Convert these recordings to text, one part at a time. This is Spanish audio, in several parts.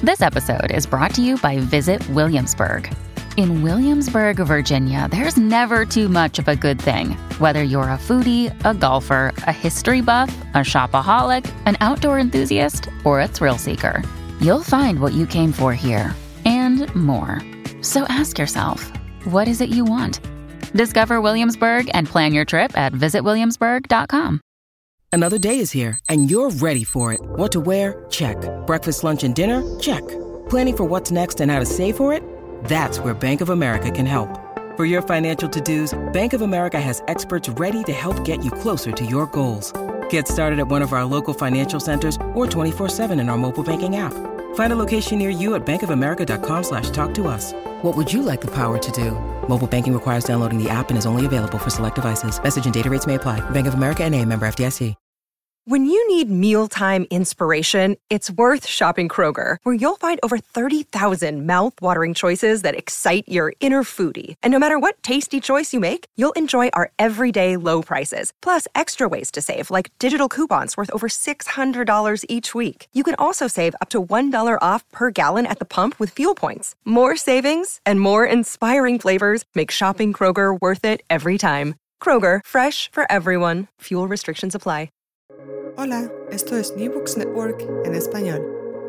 This episode is brought to you by Visit Williamsburg. In Williamsburg, Virginia, there's never too much of a good thing. Whether you're a foodie, a golfer, a history buff, a shopaholic, an outdoor enthusiast, or a thrill seeker, you'll find what you came for here and more. So ask yourself, what is it you want? Discover Williamsburg and plan your trip at visitwilliamsburg.com. Another day is here, and you're ready for it. What to wear? Check. Breakfast, lunch, and dinner? Check. Planning for what's next and how to save for it? That's where Bank of America can help. For your financial to-dos, Bank of America has experts ready to help get you closer to your goals. Get started at one of our local financial centers or 24/7 in our mobile banking app. Find a location near you at bankofamerica.com/talktous. What would you like the power to do? Mobile banking requires downloading the app and is only available for select devices. Message and data rates may apply. Bank of America N.A., member FDIC. When you need mealtime inspiration, it's worth shopping Kroger, where you'll find over 30,000 mouth-watering choices that excite your inner foodie. And no matter what tasty choice you make, you'll enjoy our everyday low prices, plus extra ways to save, like digital coupons worth over $600 each week. You can also save up to $1 off per gallon at the pump with fuel points. More savings and more inspiring flavors make shopping Kroger worth it every time. Kroger, fresh for everyone. Fuel restrictions apply. Hola, esto es New Books Network en español.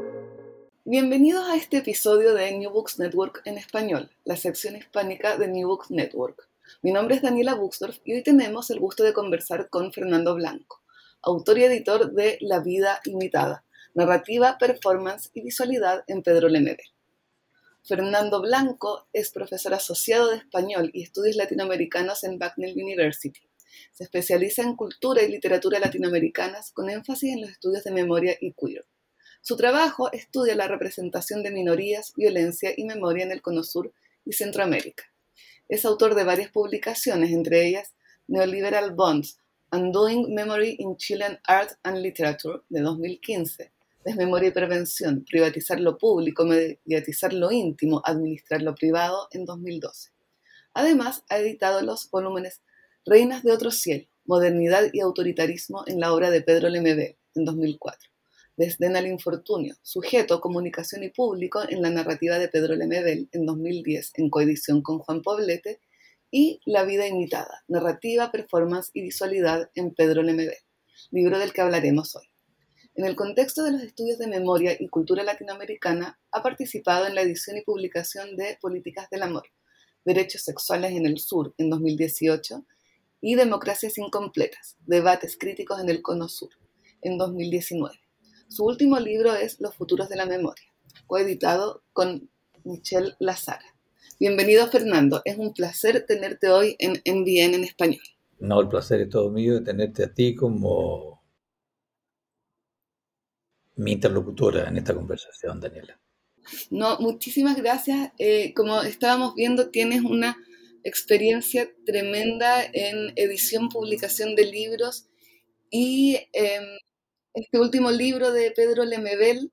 Bienvenidos a este episodio de New Books Network en español, la sección hispánica de New Books Network. Mi nombre es Daniela Buxdorf y hoy tenemos el gusto de conversar con Fernando Blanco, autor y editor de La vida imitada, narrativa, performance y visualidad en Pedro Lemebel. Fernando Blanco es profesor asociado de español y estudios latinoamericanos en Bucknell University. Se especializa en cultura y literatura latinoamericanas con énfasis en los estudios de memoria y queer. Su trabajo estudia la representación de minorías, violencia y memoria en el Cono Sur y Centroamérica. Es autor de varias publicaciones, entre ellas Neoliberal Bonds, Undoing Memory in Chilean Art and Literature, de 2015, Desmemoria y Prevención, Privatizar lo público, mediatizar lo íntimo, administrar lo privado, en 2012. Además, ha editado los volúmenes Reinas de otro cielo, modernidad y autoritarismo en la obra de Pedro Lemebel, en 2004. Desdén al infortunio, sujeto, comunicación y público en la narrativa de Pedro Lemebel, en 2010, en coedición con Juan Poblete, y La vida imitada, narrativa, performance y visualidad en Pedro Lemebel, libro del que hablaremos hoy. En el contexto de los estudios de memoria y cultura latinoamericana, ha participado en la edición y publicación de Políticas del Amor, Derechos Sexuales en el Sur, en 2018, y Democracias Incompletas, Debates Críticos en el Cono Sur, en 2019. Su último libro es Los Futuros de la Memoria, coeditado con Michelle Lazara. Bienvenido, Fernando. Es un placer tenerte hoy en NBN en español. No, el placer es todo mío de tenerte a ti como mi interlocutora en esta conversación, Daniela. No, muchísimas gracias. Como estábamos viendo, tienes una experiencia tremenda en edición, publicación de libros y este último libro de Pedro Lemebel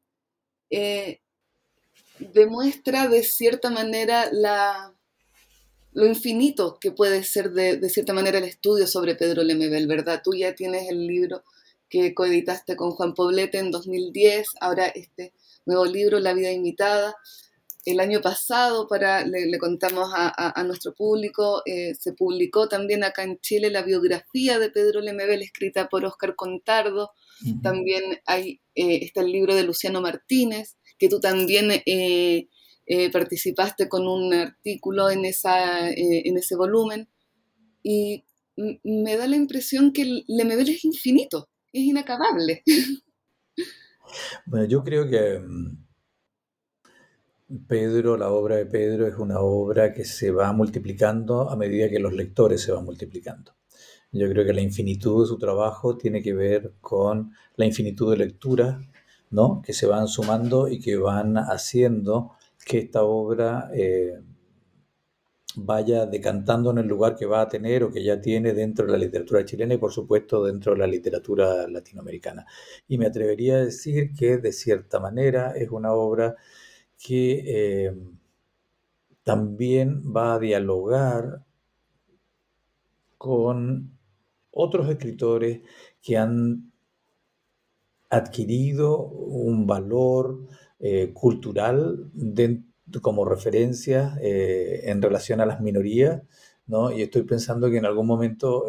demuestra de cierta manera lo infinito que puede ser de cierta manera el estudio sobre Pedro Lemebel, ¿verdad? Tú ya tienes el libro que coeditaste con Juan Poblete en 2010, ahora este nuevo libro, La vida imitada. El año pasado, le contamos a nuestro público, se publicó también acá en Chile la biografía de Pedro Lemebel, escrita por Óscar Contardo. Uh-huh. También está el libro de Luciano Martínez, que tú también participaste con un artículo en ese volumen. Y me da la impresión que Lemebel es infinito, es inacabable. Bueno, yo creo que Pedro, la obra de Pedro es una obra que se va multiplicando a medida que los lectores se van multiplicando. Yo creo que la infinitud de su trabajo tiene que ver con la infinitud de lecturas, ¿no?, que se van sumando y que van haciendo que esta obra vaya decantando en el lugar que va a tener o que ya tiene dentro de la literatura chilena y, por supuesto, dentro de la literatura latinoamericana. Y me atrevería a decir que, de cierta manera, es una obra que también va a dialogar con otros escritores que han adquirido un valor cultural como referencia en relación a las minorías, ¿no? Y estoy pensando que en algún momento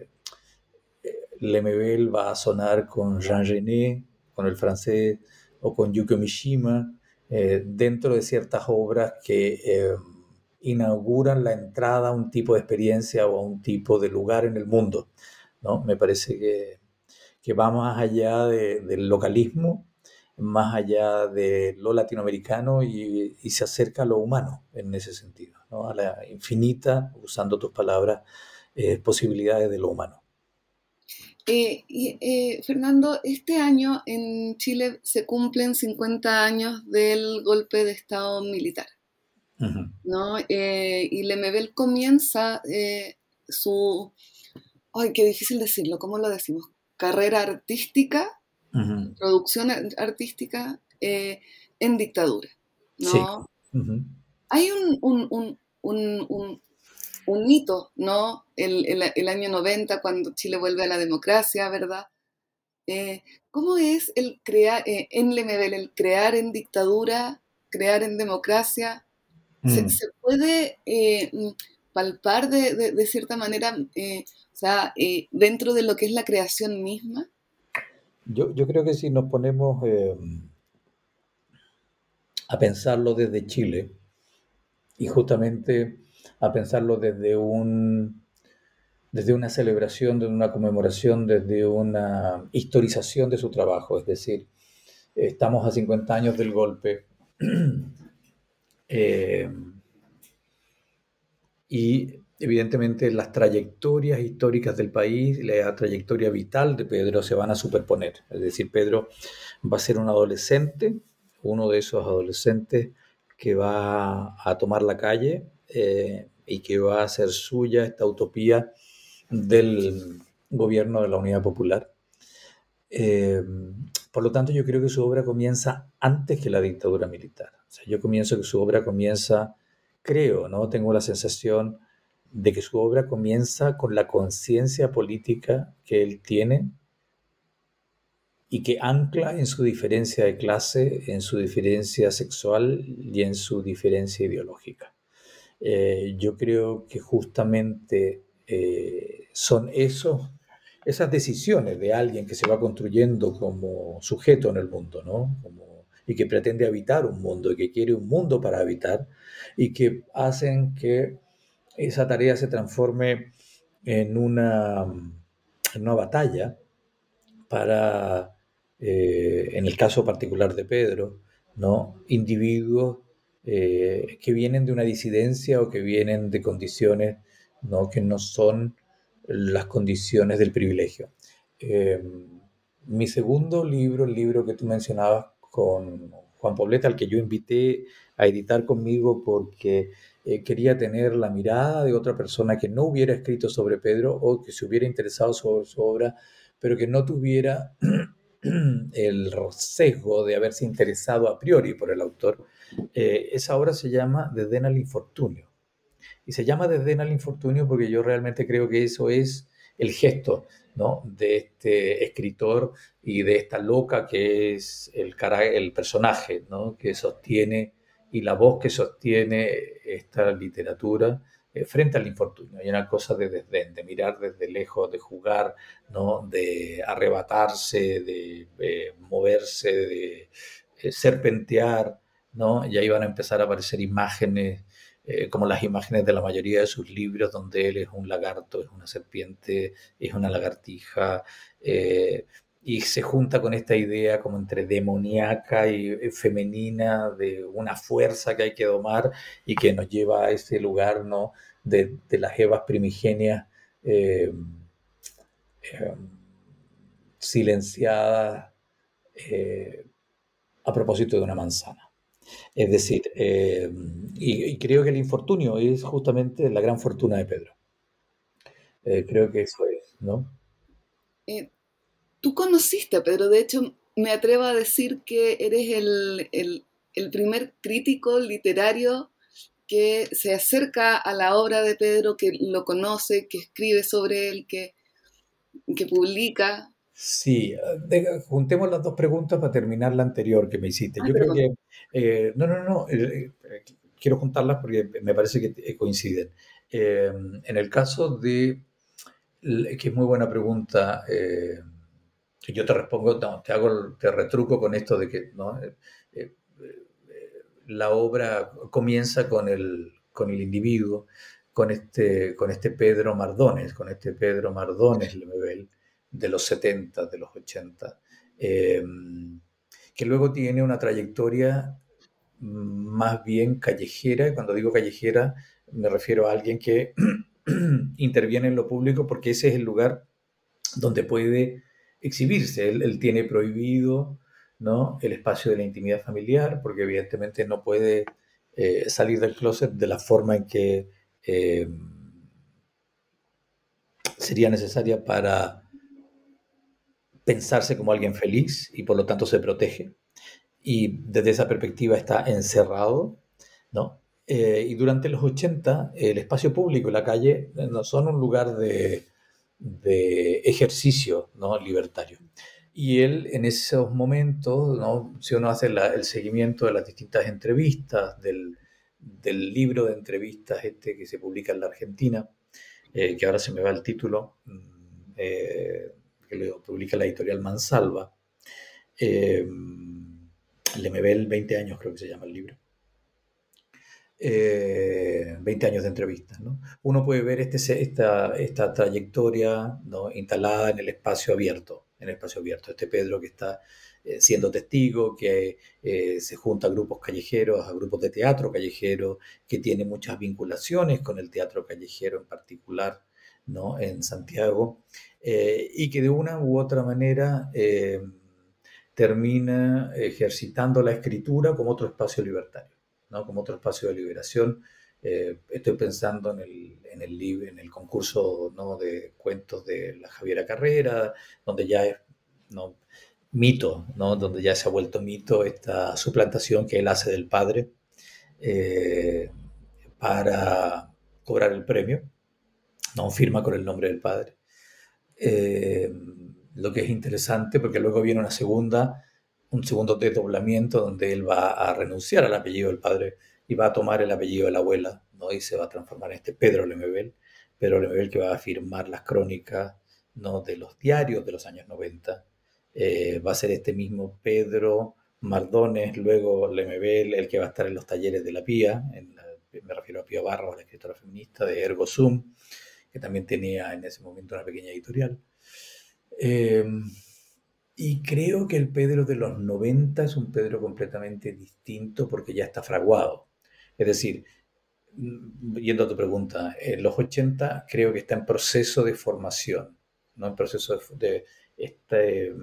Lemebel va a sonar con Jean Genet, con el francés, o con Yukio Mishima, dentro de ciertas obras que inauguran la entrada a un tipo de experiencia o a un tipo de lugar en el mundo, ¿no? Me parece que va más allá del localismo, más allá de lo latinoamericano y se acerca a lo humano en ese sentido, ¿no? A la infinita, usando tus palabras, posibilidades de lo humano. Fernando, este año en Chile se cumplen 50 años del golpe de Estado militar, Uh-huh. ¿no? Y Lemebel comienza su, ay, qué difícil decirlo, ¿cómo lo decimos? Carrera artística, Uh-huh. producción artística en dictadura, Sí. ¿no? Uh-huh. Hay un hito, ¿no? El año 90, cuando Chile vuelve a la democracia, ¿verdad? ¿Cómo es el crear, en Lemebel, el crear en dictadura, crear en democracia? Mm. Se puede palpar de cierta manera, o sea, dentro de lo que es la creación misma? Yo creo que si nos ponemos a pensarlo desde Chile y justamente a pensarlo desde una celebración, desde una conmemoración, desde una historización de su trabajo, es decir, estamos a 50 años del golpe eh, y evidentemente las trayectorias históricas del país, la trayectoria vital de Pedro se van a superponer. Es decir, Pedro va a ser un adolescente, uno de esos adolescentes que va a tomar la calle y que va a hacer suya esta utopía del gobierno de la Unidad Popular. Eh, por lo tanto, yo creo que su obra comienza antes que la dictadura militar. O sea, yo comienzo que su obra comienza, creo, ¿no? Tengo la sensación de que su obra comienza con la conciencia política que él tiene y que ancla en su diferencia de clase, en su diferencia sexual y en su diferencia ideológica. Yo creo que justamente son esas decisiones de alguien que se va construyendo como sujeto en el mundo, ¿no? Y que pretende habitar un mundo y que quiere un mundo para habitar y que hacen que esa tarea se transforme en una batalla para, en el caso particular de Pedro, ¿no? Individuos que vienen de una disidencia o que vienen de condiciones, ¿no? Que no son las condiciones del privilegio. Eh, Mi segundo libro, el libro que tú mencionabas con Juan Poblete, al que yo invité a editar conmigo porque quería tener la mirada de otra persona que no hubiera escrito sobre Pedro o que se hubiera interesado sobre su obra, pero que no tuviera el sesgo de haberse interesado a priori por el autor. Esa obra se llama Desdén al infortunio. Y se llama Desdén al infortunio porque yo realmente creo que eso es el gesto, ¿no? De este escritor y de esta loca que es el personaje, ¿no? Que sostiene y la voz que sostiene esta literatura frente al infortunio. Hay una cosa de desdén, de mirar desde lejos, de jugar, ¿no? De arrebatarse, de moverse, de serpentear, ¿no? Y ahí van a empezar a aparecer imágenes como las imágenes de la mayoría de sus libros, donde él es un lagarto, es una serpiente, es una lagartija, y se junta con esta idea como entre demoníaca y femenina de una fuerza que hay que domar y que nos lleva a ese lugar, ¿no? de las Evas primigenias eh, eh, silenciadas a propósito de una manzana. Es decir, y creo que el infortunio es justamente la gran fortuna de Pedro. Creo que eso es, ¿no? Eh, Tú conociste a Pedro, de hecho me atrevo a decir que eres el primer crítico literario que se acerca a la obra de Pedro, que lo conoce, que escribe sobre él, que publica. Sí, juntemos las dos preguntas para terminar la anterior que me hiciste. Ay, Yo creo perdón. que, no, quiero juntarlas porque me parece que coinciden. En el caso de, que es muy buena pregunta, yo te respondo, no, te retruco con esto de que, ¿no? Eh, la obra comienza con el individuo, con este Pedro Mardones Lemebel, de los 70, de los 80, eh, que luego tiene una trayectoria más bien callejera, y cuando digo callejera me refiero a alguien que interviene en lo público porque ese es el lugar donde puede exhibirse. Él tiene prohibido, ¿no?, el espacio de la intimidad familiar, porque evidentemente no puede salir del closet de la forma en que eh, sería necesaria para pensarse como alguien feliz y por lo tanto se protege. Y desde esa perspectiva está encerrado, ¿no? Y durante los 80 el espacio público y la calle no son un lugar de ejercicio, ¿no?, libertario. Y él en esos momentos, ¿no?, si uno hace el seguimiento de las distintas entrevistas, del libro de entrevistas este que se publica en la Argentina, que ahora se me va el título, que lo publica la editorial Mansalva, eh, Lemebel, 20 años creo que se llama el libro. 20 años de entrevistas, ¿no? Uno puede ver esta trayectoria, ¿no?, instalada en el espacio abierto. Este Pedro que está siendo testigo, que se junta a grupos callejeros, a grupos de teatro callejero, que tiene muchas vinculaciones con el teatro callejero en particular, ¿no?, en Santiago, y que de una u otra manera termina ejercitando la escritura como otro espacio libertario, ¿no?, como otro espacio de liberación. Estoy pensando en el concurso, ¿no?, de cuentos de la Javiera Carrera, donde ya es, ¿no?, mito, ¿no?, donde ya se ha vuelto mito esta suplantación que él hace del padre eh, para cobrar el premio, no firma con el nombre del padre. Eh, lo que es interesante porque luego viene un segundo desdoblamiento donde él va a renunciar al apellido del padre y va a tomar el apellido de la abuela, ¿no?, y se va a transformar en este Pedro Lemebel que va a firmar las crónicas, ¿no?, de los diarios de los años 90. Va a ser este mismo Pedro Mardones, luego Lemebel, el que va a estar en los talleres de la Pía, me refiero a Pía Barros, la escritora feminista de Ergo Sum, que también tenía en ese momento una pequeña editorial. Eh, y creo que el Pedro de los 90 es un Pedro completamente distinto porque ya está fraguado. Es decir, yendo a tu pregunta, en los 80 creo que está en proceso de formación, ¿no?, en proceso de este,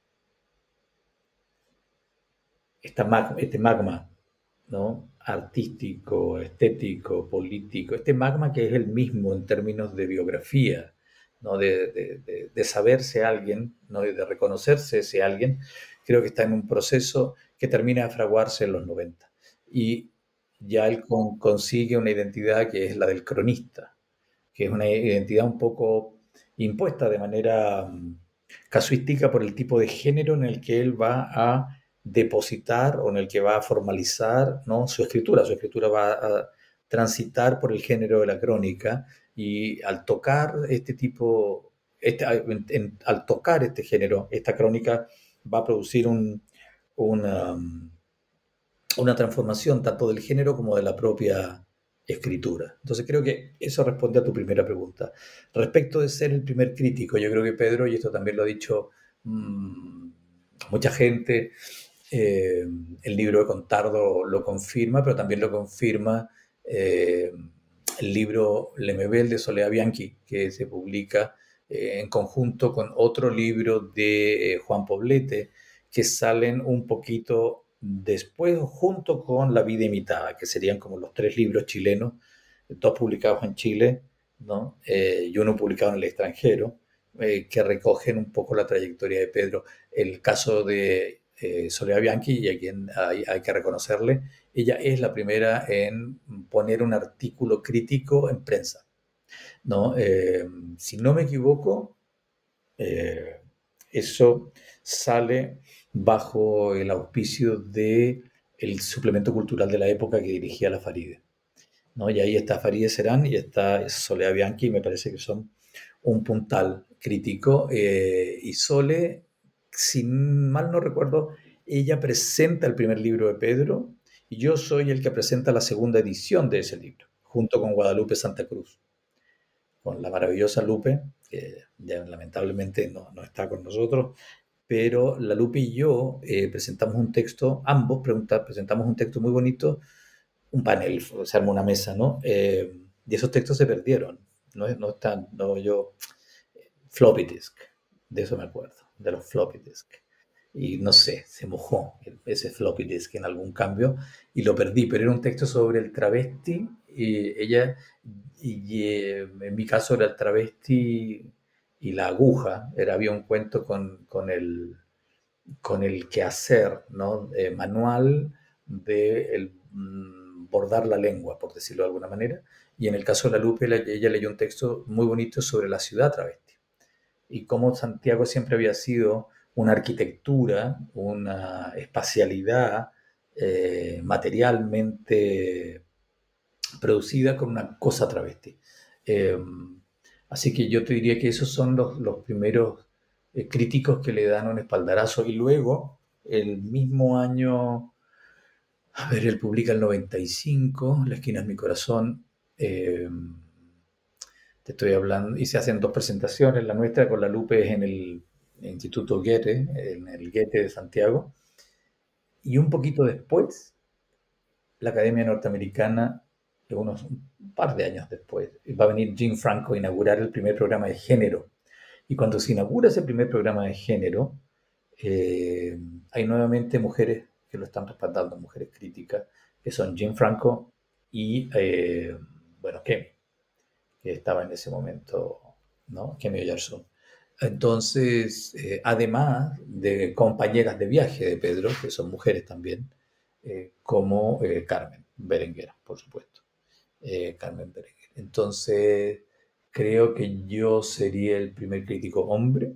este magma, ¿no?, artístico, estético, político, este magma que es el mismo en términos de biografía, ¿no?, de saberse alguien, ¿no?, y de reconocerse ese alguien, creo que está en un proceso que termina de fraguarse en los 90. Y ya él consigue una identidad que es la del cronista, que es una identidad un poco impuesta de manera casuística por el tipo de género en el que él va a depositar o en el que va a formalizar, ¿no?, su escritura. Su escritura va a transitar por el género de la crónica y al tocar este tipo, al tocar este género, esta crónica va a producir una, una transformación tanto del género como de la propia escritura. Entonces creo que eso responde a tu primera pregunta. Respecto de ser el primer crítico, yo creo que Pedro, y esto también lo ha dicho mmm, mucha gente, eh, el libro de Contardo lo confirma, pero también lo confirma eh, el libro Lemebel de Soledad Bianchi, que se publica en conjunto con otro libro de Juan Poblete, que salen un poquito después, junto con La vida imitada, que serían como los tres libros chilenos, dos publicados en Chile, ¿no?, y uno publicado en el extranjero, que recogen un poco la trayectoria de Pedro. El caso de Soledad Bianchi, y a quien hay que reconocerle, ella es la primera en poner un artículo crítico en prensa, ¿no? Si no me equivoco, eh, Eso sale bajo el auspicio del suplemento cultural de la época que dirigía la Faride, ¿no? Y ahí está Farideh Serán y está Soledad Bianchi, y me parece que son un puntal crítico. Y Sole, si mal no recuerdo, ella presenta el primer libro de Pedro y yo soy el que presenta la segunda edición de ese libro, junto con Guadalupe Santa Cruz, con la maravillosa Lupe, que ya lamentablemente no está con nosotros, pero la Lupe y yo presentamos un texto, ambos presentamos un texto muy bonito, un panel, se armó una mesa, ¿no? Y esos textos se perdieron, no están, no, yo, floppy disk, de eso me acuerdo, de los floppy disk. Y no sé, se mojó ese floppy disk en algún cambio y lo perdí, pero era un texto sobre el travesti y ella, en mi caso era el travesti y la aguja, había un cuento con el quehacer, ¿no? Manual de bordar la lengua, por decirlo de alguna manera. Y en el caso de la Lupe, ella leyó un texto muy bonito sobre la ciudad travesti y cómo Santiago siempre había sido una arquitectura, una espacialidad materialmente producida con una cosa travesti. Eh, Así que yo te diría que esos son los primeros críticos que le dan un espaldarazo. Y luego, el mismo año, a ver, él publica el 95, La esquina es mi corazón. Te estoy hablando, y se hacen dos presentaciones. La nuestra con la Lupe es en el Instituto Goethe, en el Goethe de Santiago. Y un poquito después, la Academia Norteamericana, un par de años después, va a venir Jim Franco a inaugurar el primer programa de género. Y cuando se inaugura ese primer programa de género, eh, hay nuevamente mujeres que lo están respaldando, mujeres críticas, que son Jim Franco y, bueno, Kemi, que estaba en ese momento, ¿no? Kemi Oyarzún. Entonces, además de compañeras de viaje de Pedro, que son mujeres también, como Carmen Berenguer, por supuesto. Carmen Berenguer. Entonces, creo que yo sería el primer crítico hombre.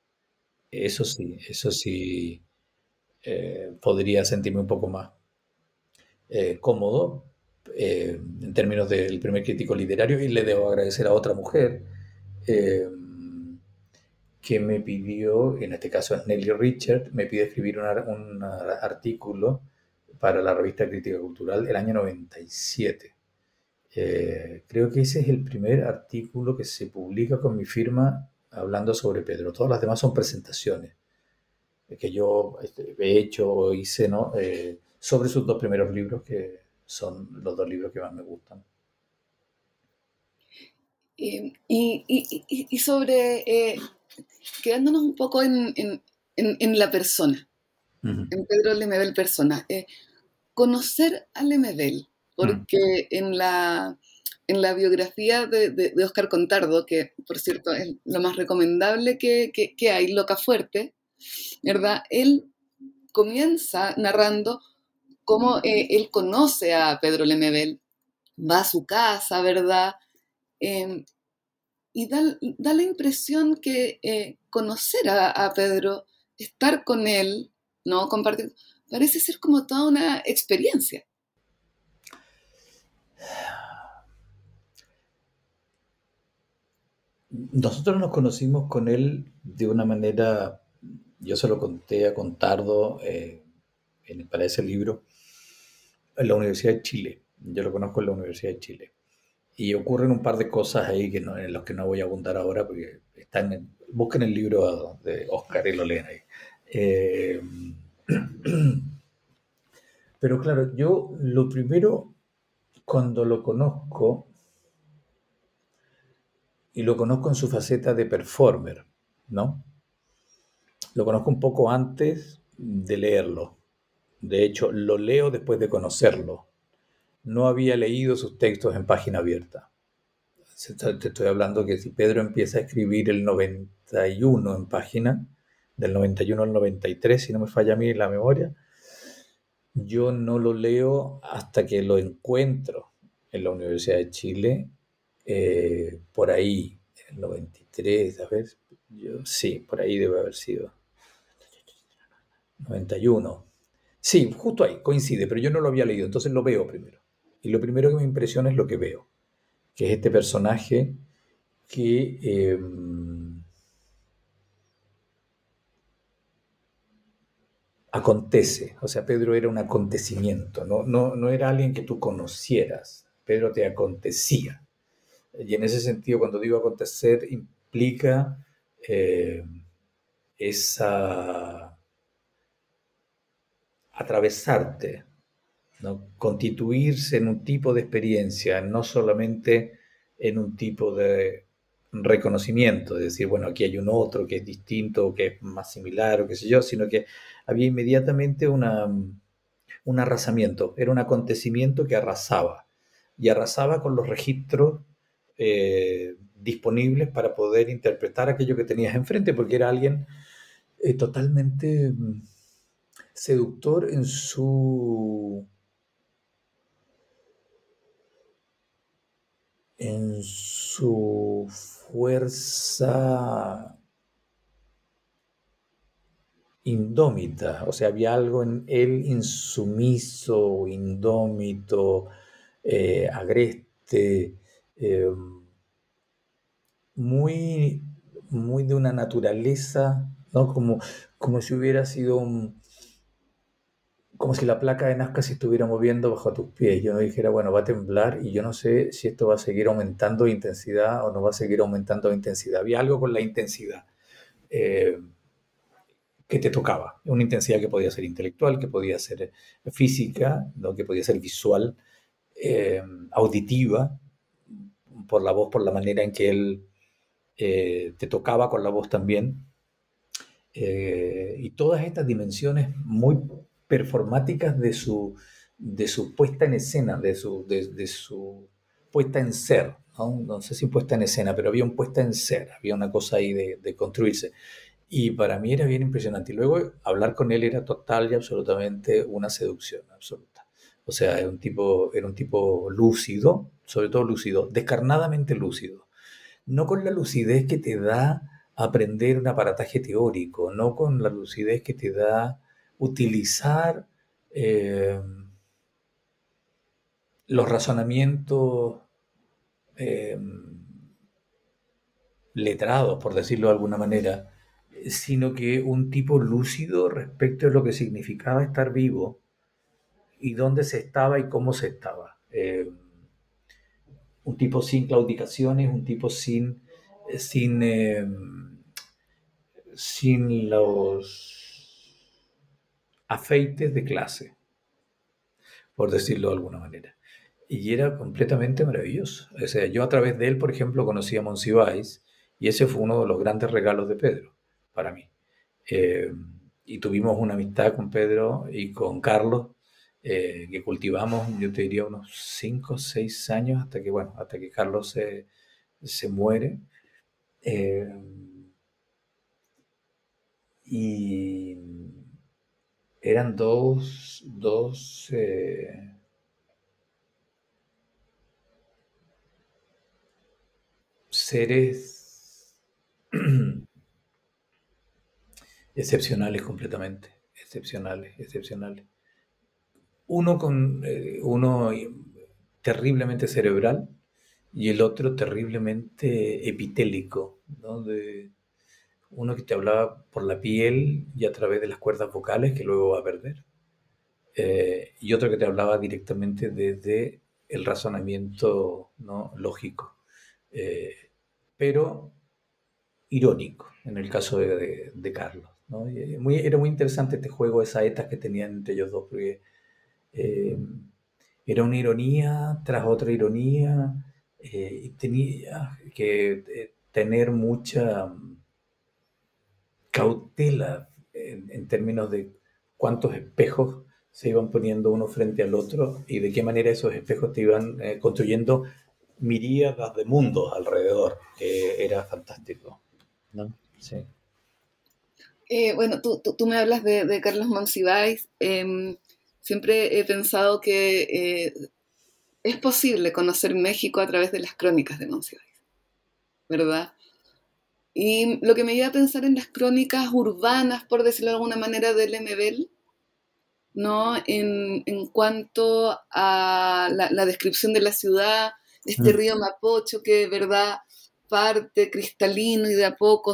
Eso sí, podría sentirme un poco más cómodo en términos del primer crítico literario y le debo agradecer a otra mujer eh, que me pidió, en este caso es Nelly Richard, me pidió escribir un artículo para la revista Crítica Cultural el año 97. Creo que ese es el primer artículo que se publica con mi firma hablando sobre Pedro. Todas las demás son presentaciones que yo he hecho o hice, ¿no? Sobre sus dos primeros libros, que son los dos libros que más me gustan. Y sobre, quedándonos un poco en la persona, Uh-huh. en Pedro Lemebel persona, conocer a Lemebel, Uh-huh. porque en la biografía de Óscar Contardo, que por cierto es lo más recomendable que hay, Loca Fuerte, ¿verdad? Él comienza narrando cómo él conoce a Pedro Lemebel, va a su casa, ¿verdad? Eh, y da la impresión que conocer a Pedro, estar con él, ¿no? Compartir, parece ser como toda una experiencia. Nosotros nos conocimos con él de una manera, yo se lo conté a Contardo para ese libro, en la Universidad de Chile. Yo lo conozco en la Universidad de Chile. Y ocurren un par de cosas ahí en los que no voy a abundar ahora porque busquen el libro de Oscar y lo leen ahí. Eh, pero claro, yo lo primero, cuando lo conozco, y lo conozco en su faceta de performer, ¿no? Lo conozco un poco antes de leerlo. De hecho, lo leo después de conocerlo. No había leído sus textos en página abierta. Te estoy hablando que si Pedro empieza a escribir el 91 en página, del 91 al 93, si no me falla a mí la memoria, yo no lo leo hasta que lo encuentro en la Universidad de Chile, por ahí, en el 93, ¿sabes? Sí, por ahí debe haber sido 91. Sí, justo ahí, coincide, pero yo no lo había leído, entonces lo veo primero. Y lo primero que me impresiona es lo que veo, que es este personaje que acontece. O sea, Pedro era un acontecimiento, no era alguien que tú conocieras. Pedro te acontecía. Y en ese sentido, cuando digo acontecer, implica eh, esa atravesarte, ¿no? Constituirse en un tipo de experiencia, no solamente en un tipo de reconocimiento, de decir, bueno, aquí hay un otro que es distinto, que es más similar o qué sé yo, sino que había inmediatamente un arrasamiento, era un acontecimiento que arrasaba, y arrasaba con los registros disponibles para poder interpretar aquello que tenías enfrente, porque era alguien totalmente seductor en su fuerza indómita. O sea, había algo en él insumiso, indómito, agreste, eh, muy, muy de una naturaleza, ¿no? Como si hubiera sido como si la placa de Nazca se estuviera moviendo bajo tus pies. Yo no dijera, bueno, va a temblar y yo no sé si esto va a seguir aumentando de intensidad o no va a seguir aumentando de intensidad. Había algo con la intensidad eh, que te tocaba. Una intensidad que podía ser intelectual, que podía ser física, ¿no? Que podía ser visual, auditiva, por la voz, por la manera en que él te tocaba con la voz también. Y todas estas dimensiones muy performáticas de su puesta en escena, de su puesta en ser. ¿No? No sé si puesta en escena, pero había un puesta en ser, había una cosa ahí de construirse. Y para mí era bien impresionante. Y luego hablar con él era total y absolutamente una seducción absoluta. O sea, era un tipo lúcido, sobre todo lúcido, descarnadamente lúcido, no con la lucidez que te da aprender un aparataje teórico, no con la lucidez que te da utilizar eh, los razonamientos eh, letrados, por decirlo de alguna manera, sino que un tipo lúcido respecto a lo que significaba estar vivo y dónde se estaba y cómo se estaba. Un tipo sin claudicaciones, un tipo sin, sin los afeites de clase, por decirlo de alguna manera. Y era completamente maravilloso. O sea, yo a través de él, por ejemplo, conocí a Monsiváis y ese fue uno de los grandes regalos de Pedro para mí. Eh, y tuvimos una amistad con Pedro y con Carlos que cultivamos, yo te diría, unos 5 o 6 años hasta que, bueno, hasta que Carlos se muere. Eh, y eran dos seres excepcionales completamente, excepcionales, excepcionales. Uno terriblemente cerebral y el otro terriblemente epitélico, ¿no? Uno que te hablaba por la piel y a través de las cuerdas vocales que luego va a perder, y otro que te hablaba directamente desde el razonamiento, ¿no? Lógico, eh, pero irónico en el caso de Carlos, ¿no? Era muy interesante este juego, esas etas que tenían entre ellos dos, porque eh, era una ironía tras otra ironía, y tenía que tener mucha cautela en términos de cuántos espejos se iban poniendo uno frente al otro y de qué manera esos espejos te iban construyendo miríadas de mundos alrededor, que era fantástico, ¿no? Sí. Bueno, tú me hablas de Carlos Monsiváis. Siempre he pensado que es posible conocer México a través de las crónicas de Monsiváis, ¿verdad? Y lo que me lleva a pensar en las crónicas urbanas, por decirlo de alguna manera, del Lemebel, ¿no? En cuanto a la descripción de la ciudad, este Mm. río Mapocho que de verdad parte cristalino y de a poco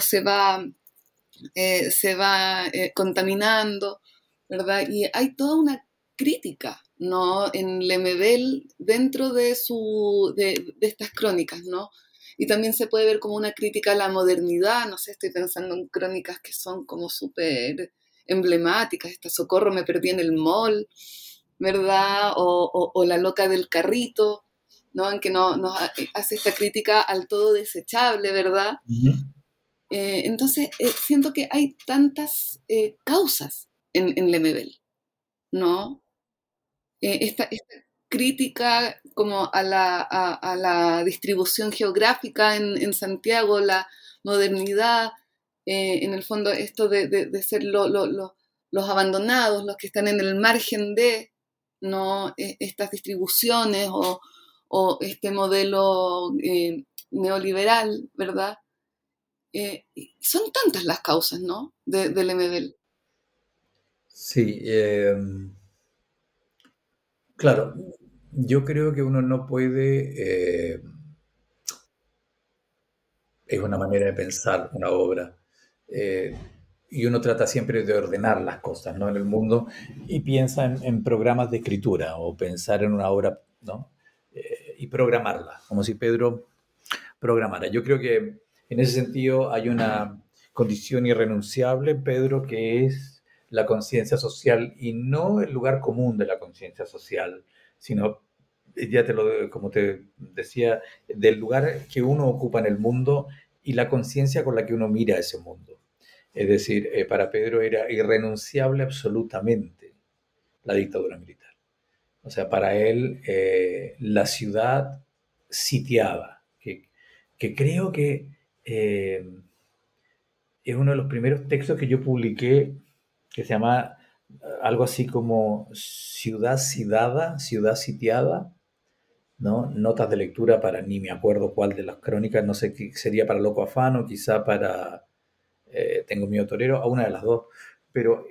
se va contaminando, ¿verdad? Y hay toda una crítica, ¿no? En Lemebel dentro de estas crónicas, ¿no? Y también se puede ver como una crítica a la modernidad, no sé, estoy pensando en crónicas que son como súper emblemáticas, esta Socorro, me perdí en el mall, ¿verdad? O La loca del carrito, ¿no? En que nos hace esta crítica al todo desechable, ¿verdad? Ujú. Entonces, siento que hay tantas causas en Lemebel, ¿no? Esta crítica como a la distribución geográfica en Santiago, la modernidad, en el fondo esto de ser los abandonados, los que están en el margen de, ¿no? Estas distribuciones o este modelo neoliberal, ¿verdad? Son tantas las causas, ¿no? Del Lemebel. Sí, claro, yo creo que uno no puede, es una manera de pensar una obra, eh, y uno trata siempre de ordenar las cosas, ¿no? En el mundo y piensa en programas de escritura o pensar en una obra, ¿no? Y programarla, como si Pedro programara. Yo creo que en ese sentido hay una condición irrenunciable, Pedro, que es la conciencia social y no el lugar común de la conciencia social, sino, como te decía, del lugar que uno ocupa en el mundo y la conciencia con la que uno mira ese mundo. Es decir, para Pedro era irrenunciable absolutamente la dictadura militar. O sea, para él la ciudad sitiada, que creo que es uno de los primeros textos que yo publiqué, que se llama algo así como Ciudad Sidada, Ciudad Sitiada, ¿no? Notas de lectura para, ni me acuerdo cuál de las crónicas, no sé qué sería para Loco Afano, quizá para Tengo Miedo Torero, a una de las dos. Pero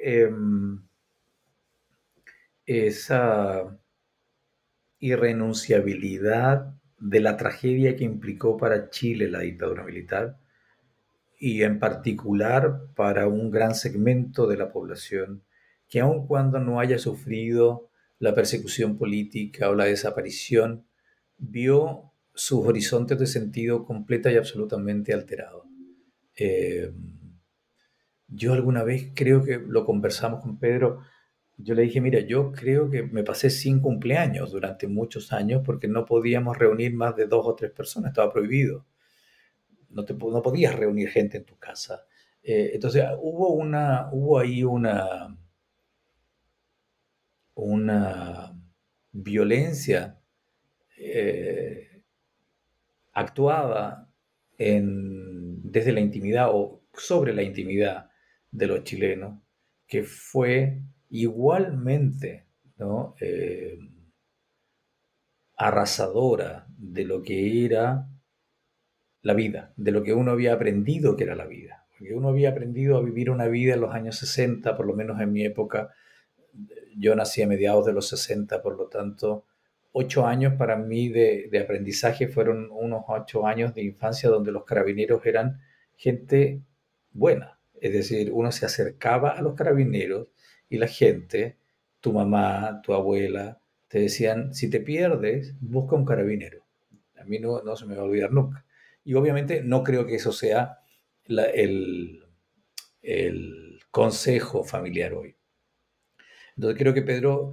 esa irrenunciabilidad de la tragedia que implicó para Chile la dictadura militar y en particular para un gran segmento de la población que aun cuando no haya sufrido la persecución política o la desaparición, vio sus horizontes de sentido completa y absolutamente alterados. Eh, yo alguna vez creo que lo conversamos con Pedro, yo le dije, mira, yo creo que me pasé sin cumpleaños durante muchos años porque no podíamos reunir más de 2 o 3 personas, estaba prohibido. No podías reunir gente en tu casa. Entonces hubo ahí una violencia eh, actuada desde la intimidad o sobre la intimidad de los chilenos, que fue igualmente, ¿no? Arrasadora de lo que era la vida, de lo que uno había aprendido que era la vida. Porque uno había aprendido a vivir una vida en los años 60, por lo menos en mi época. Yo nací a mediados de los 60, por lo tanto, 8 años para mí de aprendizaje fueron unos 8 años de infancia donde los carabineros eran gente buena. Es decir, uno se acercaba a los carabineros y la gente, tu mamá, tu abuela, te decían, si te pierdes, busca un carabinero. A mí no se me va a olvidar nunca. Y obviamente no creo que eso sea el consejo familiar hoy. Entonces creo que Pedro,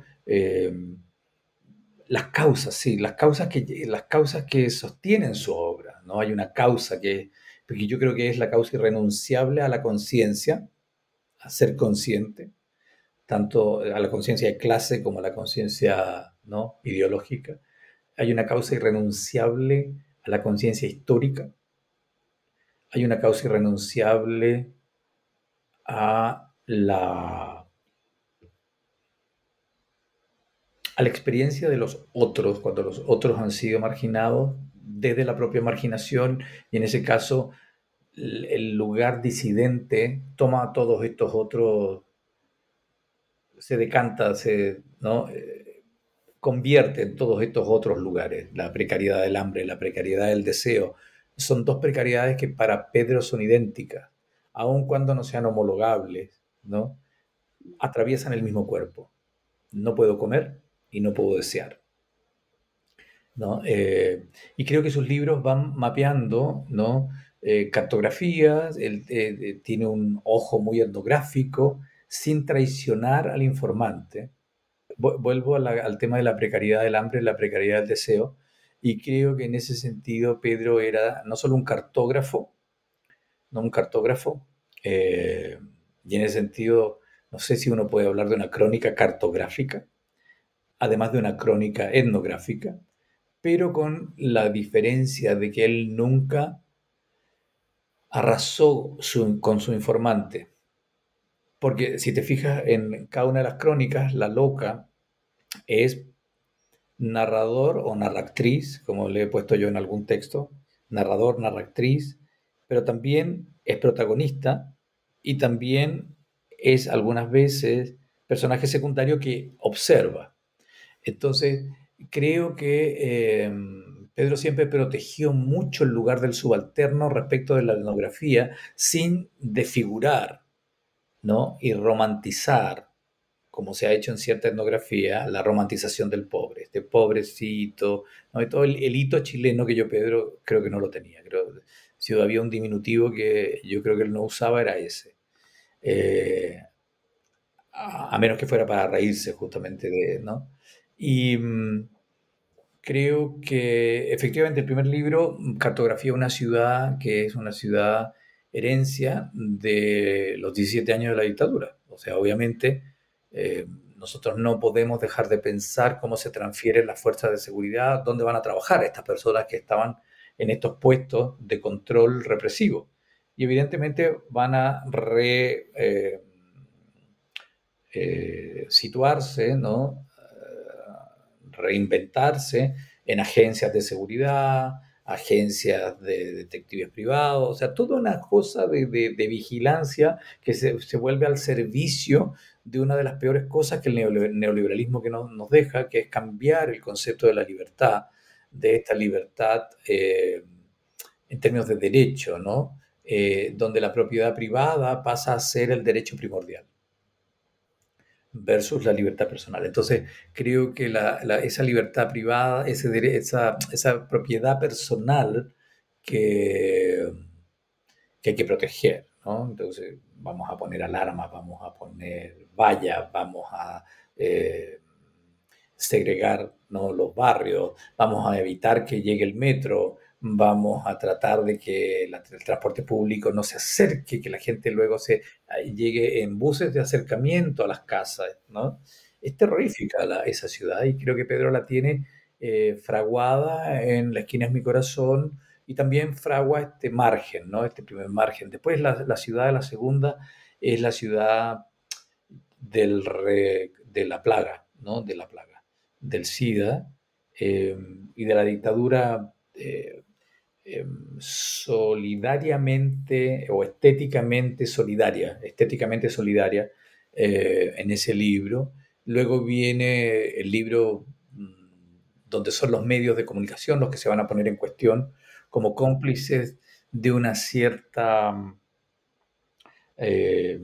las causas, sí, las causas que sostienen su obra, ¿no? Hay una causa porque yo creo que es la causa irrenunciable a la conciencia, a ser consciente, tanto a la conciencia de clase como a la conciencia, ¿no? Ideológica. Hay una causa irrenunciable a la conciencia histórica. Hay una causa irrenunciable a la experiencia de los otros, cuando los otros han sido marginados desde la propia marginación, y en ese caso el lugar disidente toma todos estos otros, se decanta, ¿no? Convierte en todos estos otros lugares, la precariedad del hambre, la precariedad del deseo. Son dos precariedades que para Pedro son idénticas, aun cuando no sean homologables, ¿no? Atraviesan el mismo cuerpo. No puedo comer y no puedo desear, ¿no? Y creo que sus libros van mapeando, ¿no? Cartografías, él tiene un ojo muy etnográfico, sin traicionar al informante. Vuelvo al tema de la precariedad del hambre, la precariedad del deseo, y creo que en ese sentido Pedro era no solo un cartógrafo, no un cartógrafo, eh, y en ese sentido no sé si uno puede hablar de una crónica cartográfica, además de una crónica etnográfica, pero con la diferencia de que él nunca arrasó con su informante. Porque si te fijas en cada una de las crónicas, la loca es narrador o narractriz, como le he puesto yo en algún texto, narrador, narractriz, pero también es protagonista y también es algunas veces personaje secundario que observa. Entonces, creo que Pedro siempre protegió mucho el lugar del subalterno respecto de la etnografía sin desfigurar, ¿no? Y romantizar, como se ha hecho en cierta etnografía, la romantización del pobre, este pobrecito, ¿no? Y todo el hito chileno que yo, Pedro, creo que no lo tenía. Creo, si había un diminutivo que yo creo que él no usaba, era ese. Eh, a menos que fuera para reírse justamente de, ¿no? Y creo que efectivamente el primer libro cartografía una ciudad que es una ciudad herencia de los 17 años de la dictadura. O sea, obviamente nosotros no podemos dejar de pensar cómo se transfieren las fuerzas de seguridad, dónde van a trabajar estas personas que estaban en estos puestos de control represivo. Y evidentemente van a situarse, ¿no? Reinventarse en agencias de seguridad, agencias de detectives privados, o sea, toda una cosa de vigilancia que se vuelve al servicio de una de las peores cosas que el neoliberalismo que nos deja, que es cambiar el concepto de la libertad, de esta libertad en términos de derecho, ¿no? Donde la propiedad privada pasa a ser el derecho primordial versus la libertad personal. Entonces, creo que esa libertad privada, esa propiedad personal que, que hay que proteger, ¿no? Entonces, vamos a poner alarmas, vamos a poner vallas, vamos a segregar, ¿no? Los barrios, vamos a evitar que llegue el metro, vamos a tratar de que el transporte público no se acerque, que la gente luego llegue en buses de acercamiento a las casas, ¿no? Es terrorífica esa ciudad y creo que Pedro la tiene fraguada en La esquina es mi corazón y también fragua este margen, ¿no? Este primer margen. Después la ciudad de la segunda es la ciudad de la plaga, ¿no? De la plaga, del SIDA y de la dictadura solidariamente o estéticamente solidaria en ese libro. Luego viene el libro donde son los medios de comunicación los que se van a poner en cuestión como cómplices de una cierta eh,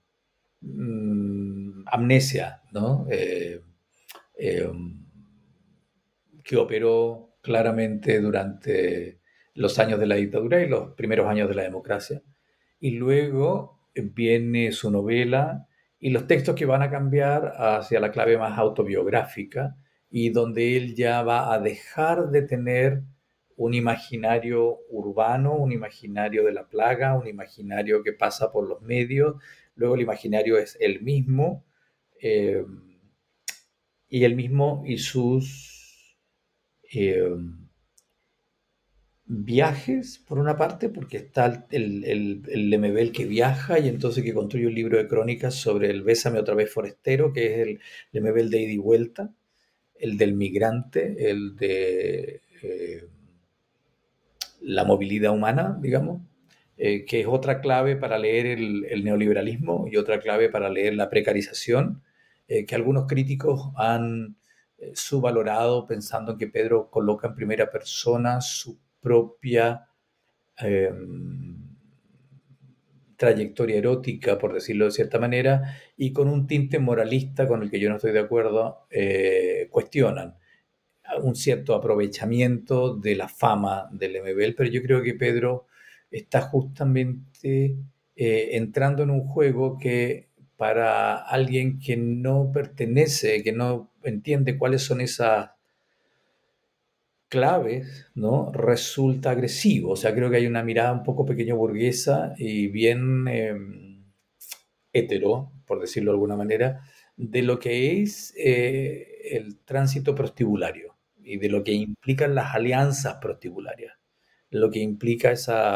amnesia, ¿no? Eh, que operó claramente durante los años de la dictadura y los primeros años de la democracia. Y luego viene su novela y los textos que van a cambiar hacia la clave más autobiográfica y donde él ya va a dejar de tener un imaginario urbano, un imaginario de la plaga, un imaginario que pasa por los medios, luego el imaginario es el mismo, eh, y el mismo y sus eh, viajes, por una parte, porque está el Lemebel que viaja y entonces que construye un libro de crónicas sobre el Bésame otra vez forastero, que es el Lemebel de ida y vuelta, el del migrante, el de la movilidad humana, digamos. que es otra clave para leer el neoliberalismo y otra clave para leer la precarización, que algunos críticos han subvalorado pensando en que Pedro coloca en primera persona su propia eh, trayectoria erótica, por decirlo de cierta manera, y con un tinte moralista con el que yo no estoy de acuerdo, cuestionan un cierto aprovechamiento de la fama del Lemebel, pero yo creo que Pedro está justamente entrando en un juego que para alguien que no pertenece, que no entiende cuáles son esas claves, ¿no? Resulta agresivo. O sea, creo que hay una mirada un poco pequeño burguesa y bien hetero, por decirlo de alguna manera, de lo que es el tránsito prostibulario y de lo que implican las alianzas prostibularias, lo que implica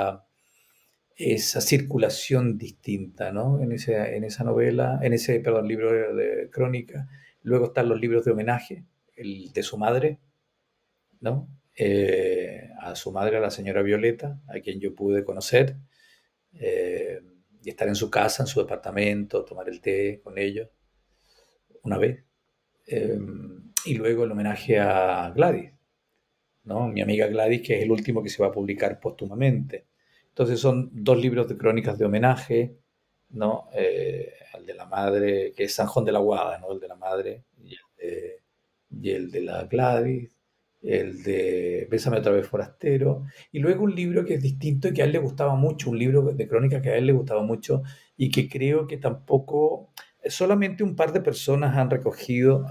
esa circulación distinta, ¿no? En esa novela, en ese, perdón, libro de crónica. Luego están los libros de homenaje, el de su madre, ¿no? A su madre, a la señora Violeta, a quien yo pude conocer, eh, y estar en su casa, en su departamento, tomar el té con ellos una vez. Eh, y luego el homenaje a Gladys, ¿no? Mi amiga Gladys, que es el último que se va a publicar póstumamente. Entonces son dos libros de crónicas de homenaje, ¿no? El de la madre, que es San Juan de la Guada, ¿no? El de la madre, y el de la Gladys, el de Bésame otra vez forastero, y luego un libro que es distinto y que a él le gustaba mucho, un libro de crónicas que a él le gustaba mucho y que creo que tampoco, solamente un par de personas han recogido,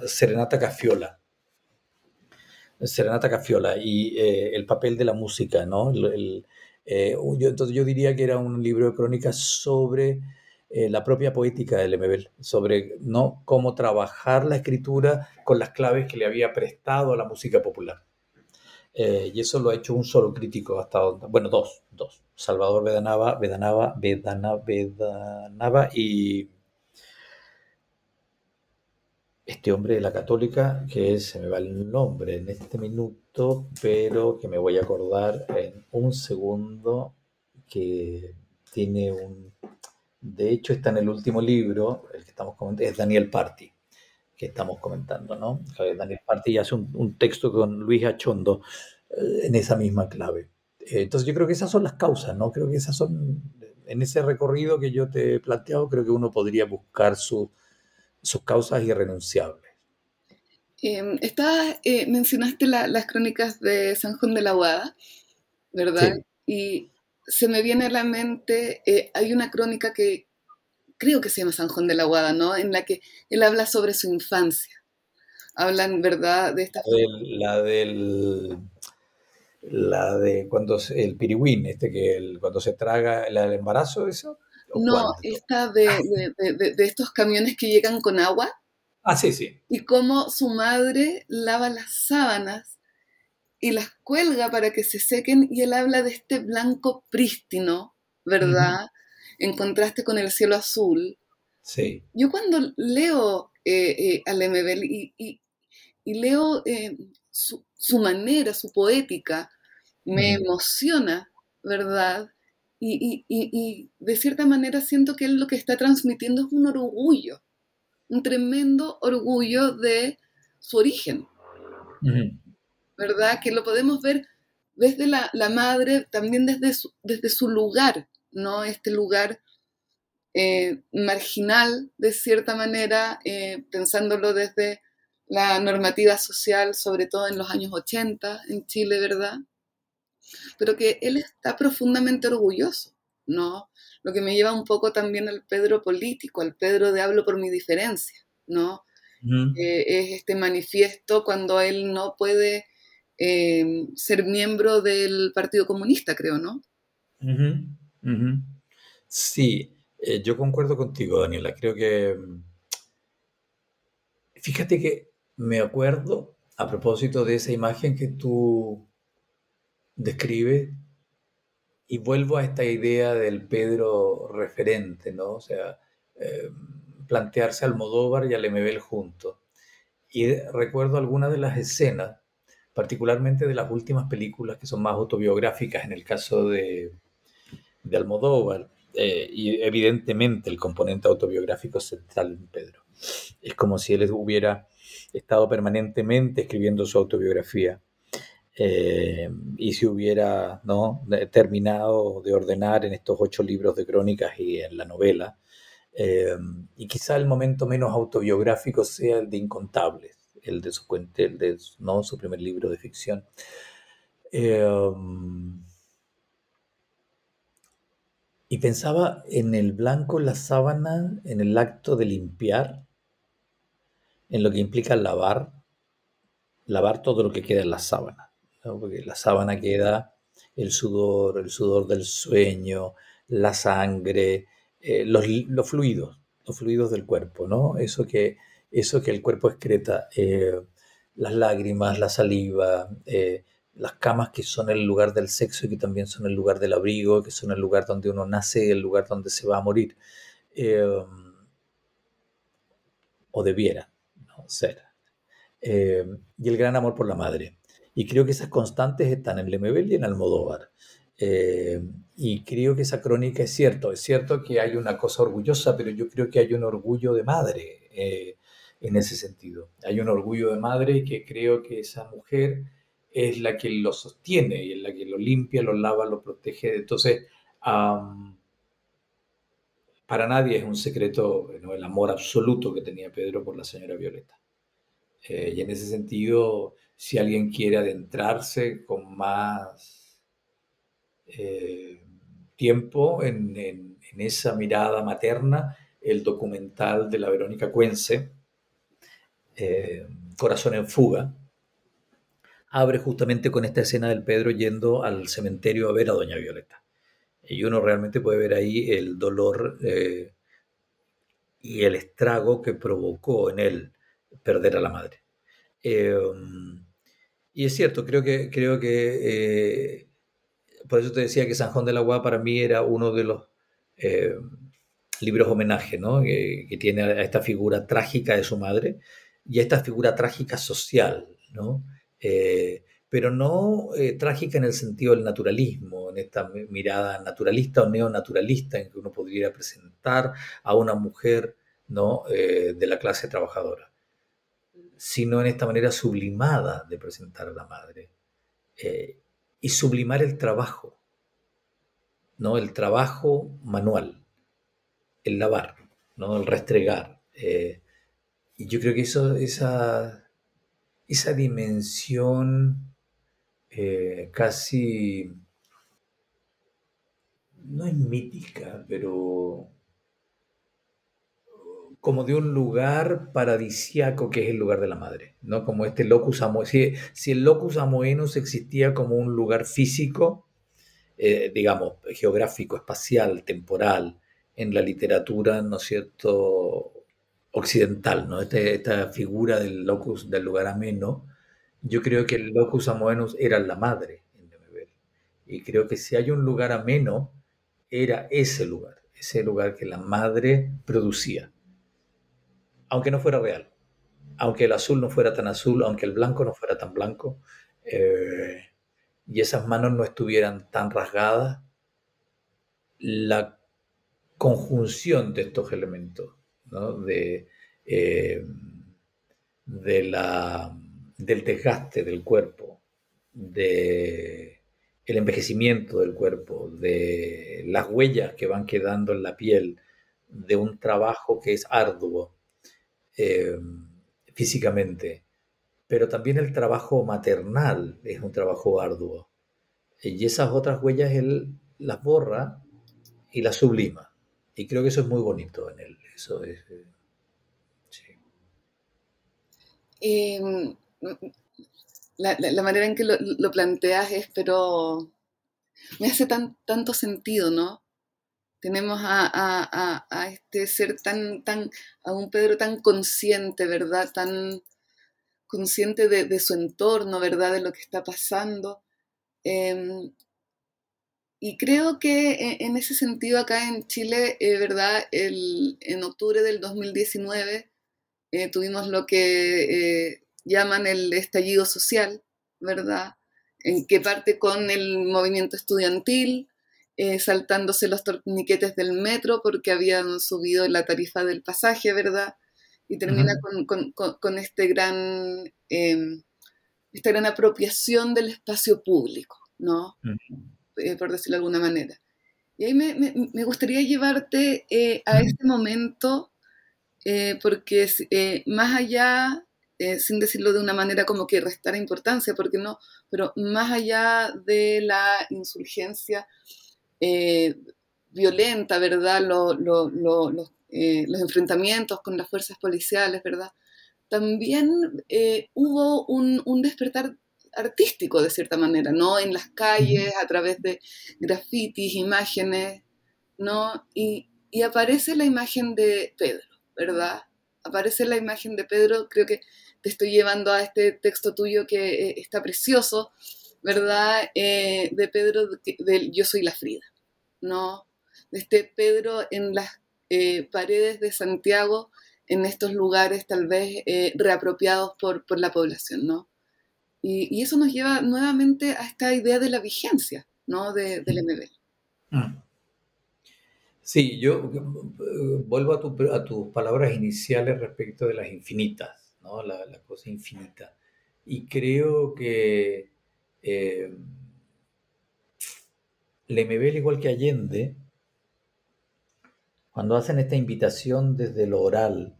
Serenata Cafiola y el papel de la música, ¿no? Entonces yo diría que era un libro de crónicas sobre la propia poética de Lemebel, sobre ¿no? cómo trabajar la escritura con las claves que le había prestado a la música popular. Y eso lo ha hecho un solo crítico hasta ahora, bueno, dos, Salvador Bedanava y este hombre de la Católica, que se me va el nombre en este minuto, pero que me voy a acordar en un segundo, que tiene un... De hecho, está en el último libro, el que estamos comentando, es Daniel Parti, que estamos comentando, ¿no? Daniel Parti hace un texto con Luis Achondo en esa misma clave. Entonces yo creo que esas son las causas, ¿no? Creo que esas son, en ese recorrido que yo te he planteado, creo que uno podría buscar sus causas irrenunciables. Mencionaste las crónicas de San Juan de la Guada, ¿verdad? Sí. Y se me viene a la mente, hay una crónica que creo que se llama San Juan de la Guada, ¿no? En la que él habla sobre su infancia. Hablan, ¿verdad? De esta... La del, la de cuando el pirigüín, cuando se traga el embarazo, ¿eso? ¿O No, cuál de todo? esta de estos camiones que llegan con agua Ah, sí, sí. y cómo su madre lava las sábanas y las cuelga para que se sequen y él habla de este blanco prístino, Ujú. ¿verdad? En contraste con el cielo azul. Sí. Yo cuando leo a Lemebel y leo su manera, su poética, me Ujú. emociona, ¿verdad? Y de cierta manera siento que él lo que está transmitiendo es un orgullo, un tremendo orgullo de su origen, Ujú. ¿verdad? Que lo podemos ver desde la madre, también desde su lugar, ¿no? Este lugar marginal, de cierta manera, pensándolo desde la normativa social, sobre todo en los años 80 en Chile, ¿verdad? Pero que él está profundamente orgulloso, ¿no? Lo que me lleva un poco también al Pedro político, al Pedro de hablo por mi diferencia, ¿no? Ujú. Es este manifiesto cuando él no puede ser miembro del Partido Comunista, creo, ¿no? Ujú. Ujú. Sí, yo concuerdo contigo, Daniela. Creo que, fíjate que me acuerdo, a propósito de esa imagen que tú describes, y vuelvo a esta idea del Pedro referente, ¿no? O sea, eh, plantearse a Almodóvar y a Lemebel juntos. Y recuerdo algunas de las escenas, particularmente de las últimas películas que son más autobiográficas, en el caso de Almodóvar, y evidentemente el componente autobiográfico es central en Pedro. Es como si él hubiera estado permanentemente escribiendo su autobiografía, y si hubiera, ¿no?, terminado de ordenar en estos 8 libros de crónicas y en la novela. Y quizá el momento menos autobiográfico sea el de Incontables, el de su cuente, el de, ¿no?, su primer libro de ficción. Eh, y pensaba en el blanco en la sábana, en el acto de limpiar, en lo que implica lavar todo lo que queda en la sábana, ¿no? Porque la sábana queda el sudor del sueño, la sangre, los fluidos del cuerpo, ¿no? Eso que el cuerpo excreta, las lágrimas, la saliva, las camas que son el lugar del sexo y que también son el lugar del abrigo, que son el lugar donde uno nace y el lugar donde se va a morir, eh, o debiera, ¿no?, ser. eh, y el gran amor por la madre. Y creo que esas constantes están en Lemebel y en Almodóvar. Eh, y creo que esa crónica es cierto que hay una cosa orgullosa, pero yo creo que hay un orgullo de madre, en ese sentido. Hay un orgullo de madre que creo que esa mujer es la que lo sostiene y es la que lo limpia, lo lava, lo protege. Entonces, para nadie es un secreto, ¿no?, el amor absoluto que tenía Pedro por la señora Violeta. Y en ese sentido, si alguien quiere adentrarse con más eh, tiempo en esa mirada materna, el documental de la Verónica Cuense, eh, Corazón en fuga, abre justamente con esta escena del Pedro yendo al cementerio a ver a Doña Violeta. Y uno realmente puede ver ahí el dolor, y el estrago que provocó en él perder a la madre. Eh, y es cierto, por eso te decía que San Juan de la Guá para mí era uno de los eh, libros homenaje, ¿no?, que tiene a esta figura trágica de su madre y a esta figura trágica social, ¿no? Pero no trágica en el sentido del naturalismo, en esta mirada naturalista o neonaturalista en que uno podría presentar a una mujer, ¿no?, de la clase trabajadora, sino en esta manera sublimada de presentar a la madre, eh, y sublimar el trabajo, ¿no? El trabajo manual, el lavar, ¿no?, el restregar. Y yo creo que esa dimensión, casi, no es mítica, pero como de un lugar paradisiaco que es el lugar de la madre, ¿no? Como este locus amoenus. Si el locus amoenus existía como un lugar físico, digamos, geográfico, espacial, temporal, en la literatura, ¿no es cierto?, occidental, ¿no? Esta figura del locus, del lugar ameno, yo creo que el locus amoenus era la madre en Lemebel. Y creo que si hay un lugar ameno, era ese lugar que la madre producía, aunque no fuera real, aunque el azul no fuera tan azul, aunque el blanco no fuera tan blanco, eh, y esas manos no estuvieran tan rasgadas, la conjunción de estos elementos, ¿no?, eh, de del desgaste del cuerpo, de el envejecimiento del cuerpo, de las huellas que van quedando en la piel, de un trabajo que es arduo, eh, físicamente, pero también el trabajo maternal es un trabajo arduo. Y esas otras huellas él las borra y las sublima. Y creo que eso es muy bonito en él. Eso es, sí. Eh, la manera en que lo planteas es, pero me hace tanto sentido, ¿no? Tenemos a este ser a un Pedro tan consciente, ¿verdad? Tan consciente de su entorno, ¿verdad? De lo que está pasando. Eh, y creo que en ese sentido acá en Chile, ¿verdad? En octubre del 2019 tuvimos lo que llaman el estallido social, ¿verdad? En que parte con el movimiento estudiantil, saltándose los torniquetes del metro porque habían subido la tarifa del pasaje, ¿verdad? Y termina con esta gran apropiación del espacio público, ¿no? Por decirlo de alguna manera. Y ahí me gustaría llevarte a este momento, porque más allá, sin decirlo de una manera como que restara importancia, porque no, pero más allá de la insurgencia violenta, ¿verdad? Los enfrentamientos con las fuerzas policiales, ¿verdad? También hubo un despertar artístico, de cierta manera, ¿no? En las calles, a través de grafitis, imágenes, ¿no? Y aparece la imagen de Pedro, ¿verdad? Aparece la imagen de Pedro, creo que te estoy llevando a este texto tuyo que está precioso, ¿verdad? De Pedro, del Yo soy la Frida, ¿no? De este Pedro en las paredes de Santiago, en estos lugares tal vez reapropiados por la población, ¿no? Y eso nos lleva nuevamente a esta idea de la vigencia, ¿no? Del MBL. Sí, yo vuelvo a tus palabras iniciales respecto de las infinitas, ¿no? La cosa infinita. Y creo que Lemebel, igual que Allende, cuando hacen esta invitación desde lo oral,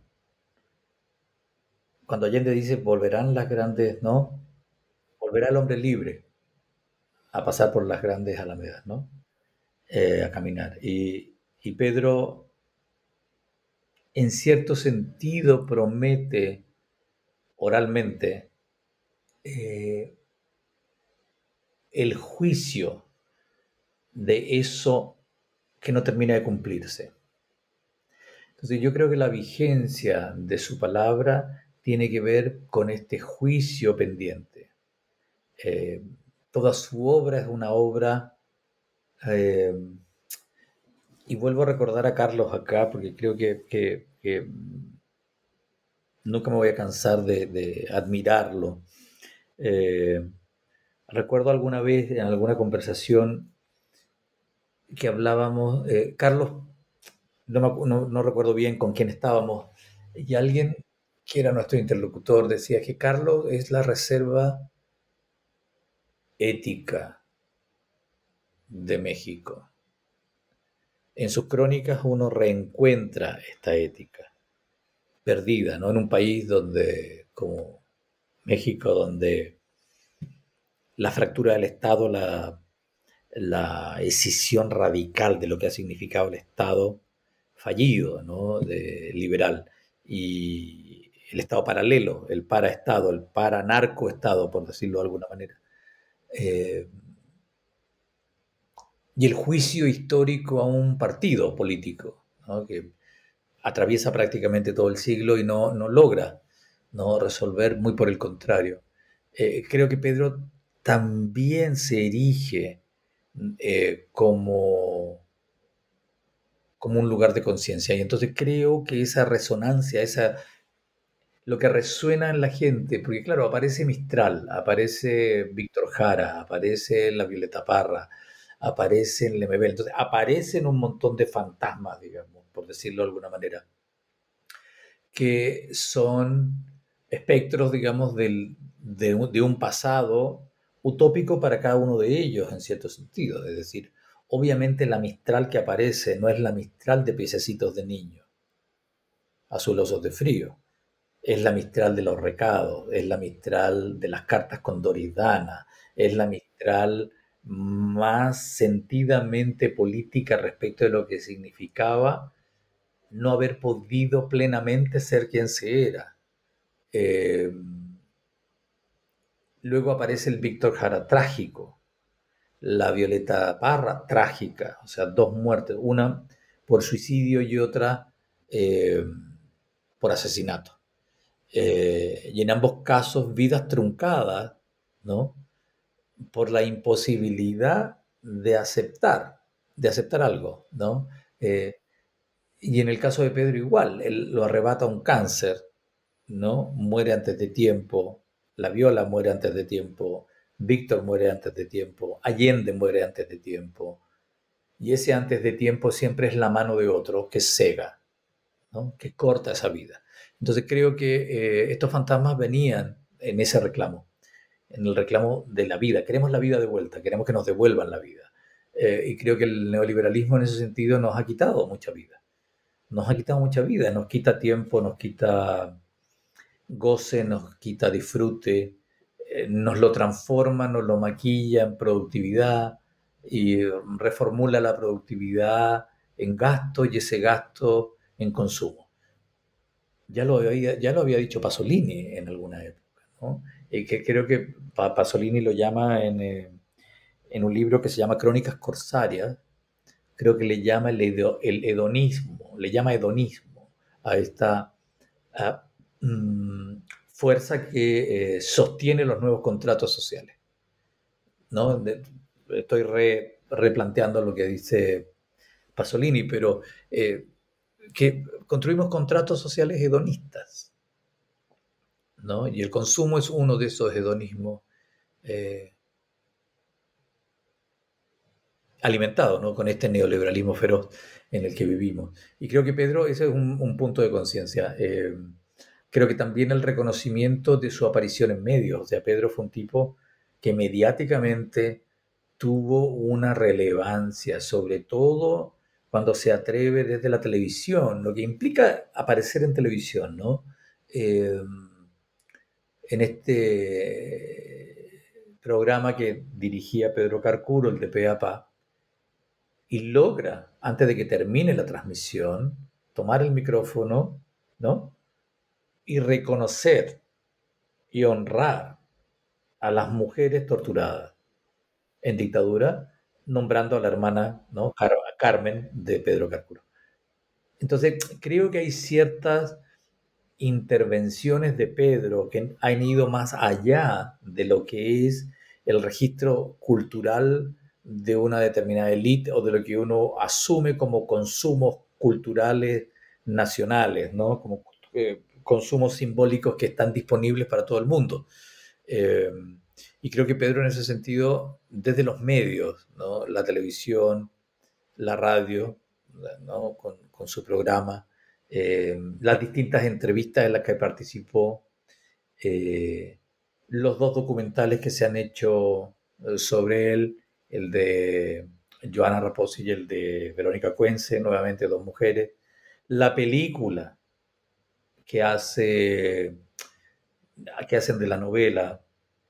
cuando Allende dice, volverán las grandes, ¿no? Volverá el hombre libre a pasar por las grandes alamedas, ¿no? A caminar. Y Pedro, en cierto sentido, promete oralmente el juicio de eso que no termina de cumplirse. Entonces yo creo que la vigencia de su palabra tiene que ver con este juicio pendiente. Toda su obra es una obra, y vuelvo a recordar a Carlos acá, porque creo que nunca me voy a cansar de admirarlo. Recuerdo alguna vez en alguna conversación que hablábamos, Carlos, no recuerdo bien con quién estábamos, y alguien que era nuestro interlocutor decía que Carlos es la reserva ética de México. En sus crónicas uno reencuentra esta ética perdida, ¿no? En un país donde, como México, donde la fractura del Estado, la escisión radical de lo que ha significado el Estado fallido, ¿no? Liberal, y el Estado paralelo, el paraestado, el paranarcoestado, por decirlo de alguna manera. Y el juicio histórico a un partido político, ¿no? Que atraviesa prácticamente todo el siglo y no logra, ¿no? Resolver, muy por el contrario. Creo que Pedro también se erige como un lugar de conciencia. Y entonces creo que esa resonancia, lo que resuena en la gente, porque claro, aparece Mistral, aparece Víctor Jara, aparece la Violeta Parra, aparece en Lemebel, entonces aparecen un montón de fantasmas, digamos, por decirlo de alguna manera, que son espectros, digamos, de un pasado utópico para cada uno de ellos, en cierto sentido. Es decir, obviamente la Mistral que aparece no es la Mistral de piececitos de niño, azulosos de frío. Es la Mistral de los recados, es la Mistral de las cartas con Doridana, es la Mistral más sentidamente política respecto de lo que significaba no haber podido plenamente ser quien se era. Luego aparece el Víctor Jara trágico, la Violeta Parra trágica, o sea, dos muertes, una por suicidio y otra por asesinato. Y en ambos casos vidas truncadas, ¿no? Por la imposibilidad de aceptar algo, ¿no? Y en el caso de Pedro igual, él lo arrebata un cáncer, ¿no? Muere antes de tiempo, la Viola muere antes de tiempo, Víctor muere antes de tiempo, Allende muere antes de tiempo. y ese antes de tiempo siempre es la mano de otro que cega, ¿no? Que corta esa vida. Entonces creo que estos fantasmas venían en ese reclamo, en el reclamo de la vida. Queremos la vida de vuelta, queremos que nos devuelvan la vida. Y creo que el neoliberalismo en ese sentido nos ha quitado mucha vida. Nos ha quitado mucha vida, nos quita tiempo, nos quita goce, nos quita disfrute, nos lo transforma, nos lo maquilla en productividad y reformula la productividad en gasto y ese gasto en consumo. Ya lo había dicho Pasolini en alguna época, ¿no? Y que creo que Pasolini lo llama en un libro que se llama Crónicas Corsarias, creo que le llama el hedonismo, le llama hedonismo a esta a, fuerza que sostiene los nuevos contratos sociales, ¿no? Estoy replanteando lo que dice Pasolini, pero que construimos contratos sociales hedonistas, ¿no? Y el consumo es uno de esos hedonismos eh, alimentados, ¿no? Con este neoliberalismo feroz en el que vivimos. Y creo que Pedro, ese es un punto de conciencia. Creo que también el reconocimiento de su aparición en medios. O sea, Pedro fue un tipo que mediáticamente tuvo una relevancia, sobre todo cuando se atreve desde la televisión, lo que implica aparecer en televisión, ¿no? En este programa que dirigía Pedro Carcuro, el de Pe a Pa, y logra, antes de que termine la transmisión, tomar el micrófono, ¿no? Y reconocer y honrar a las mujeres torturadas en dictadura, nombrando a la hermana, ¿no? Carmen de Pedro Carcuro. Entonces, creo que hay ciertas intervenciones de Pedro que han ido más allá de lo que es el registro cultural de una determinada élite o de lo que uno asume como consumos culturales nacionales, ¿no? Como consumos simbólicos que están disponibles para todo el mundo. Eh, y creo que Pedro en ese sentido, desde los medios, ¿no? La televisión, la radio, ¿no? Con su programa, las distintas entrevistas en las que participó, eh, los dos documentales que se han hecho sobre él, el de Joana Raposi y el de Verónica Cuense, nuevamente dos mujeres, la película que, que hacen de la novela,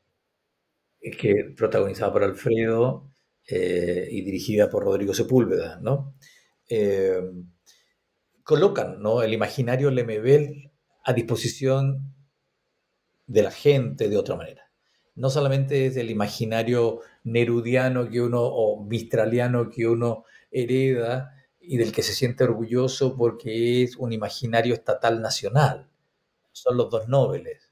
que protagonizada por Alfredo y dirigida por Rodrigo Sepúlveda, ¿no? Eh, Colocan, ¿no? El imaginario Lemebel a disposición de la gente de otra manera. No solamente es el imaginario nerudiano que uno, o mistraliano que uno hereda y del que se siente orgulloso porque es un imaginario estatal nacional. Son los dos Nobeles.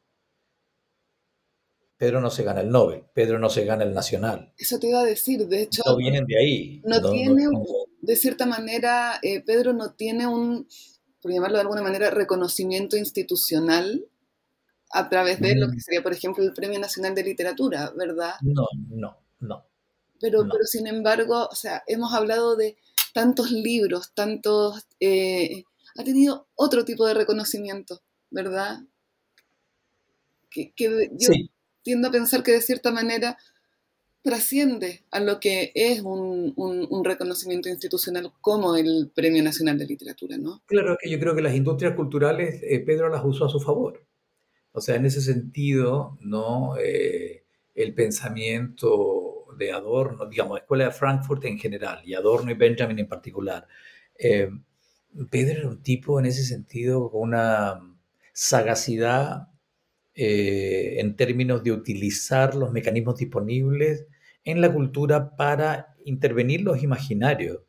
Pedro no se gana el Nobel, Pedro no se gana el Nacional. Eso te iba a decir, de hecho, No vienen de ahí. no tiene, de cierta manera, Pedro no tiene un, por llamarlo de alguna manera, reconocimiento institucional a través de lo que sería, por ejemplo, el Premio Nacional de Literatura, ¿verdad? No. Pero sin embargo, o sea, hemos hablado de tantos libros, ha tenido otro tipo de reconocimiento, ¿verdad? Que yo Sí. tiendo a pensar que de cierta manera trasciende a lo que es un reconocimiento institucional como el Premio Nacional de Literatura, ¿no? Claro, que yo creo que las industrias culturales, Pedro las usó a su favor. O sea, en ese sentido, ¿no? El pensamiento de Adorno, digamos, Escuela de Frankfurt en general, y Adorno y Benjamin en particular. eh, Pedro era un tipo en ese sentido con una sagacidad en términos de utilizar los mecanismos disponibles en la cultura para intervenir los imaginarios.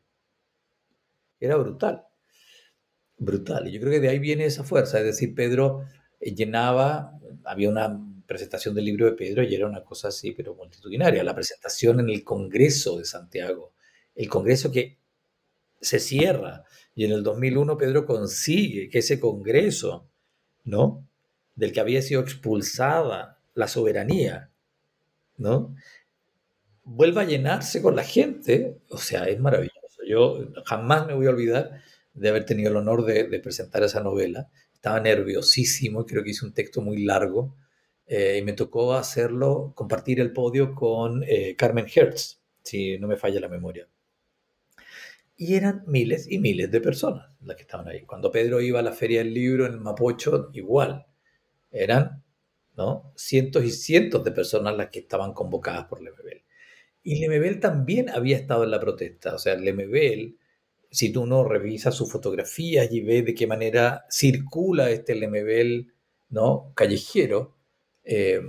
Era brutal, brutal. Y yo creo que de ahí viene esa fuerza. Es decir, Pedro llenaba, había una presentación del libro de Pedro y era una cosa así, pero multitudinaria. La presentación en el Congreso de Santiago, el Congreso que se cierra. Y en el 2001 Pedro consigue que ese Congreso, ¿no? Del que había sido expulsada la soberanía, ¿no? Vuelva a llenarse con la gente. O sea, es maravilloso. Yo jamás me voy a olvidar de haber tenido el honor de presentar esa novela. Estaba nerviosísimo, creo que hice un texto muy largo, y me tocó hacerlo, compartir el podio con Carmen Hertz, si no me falla la memoria. Y eran miles y miles de personas las que estaban ahí. Cuando Pedro iba a la Feria del Libro en el Mapocho, igual. Eran, ¿no?, cientos y cientos de personas las que estaban convocadas por Lemebel. Y Lemebel también había estado en la protesta. O sea, Lemebel, si tú no revisas sus fotografías y ves de qué manera circula este Lemebel, ¿no?, callejero, eh,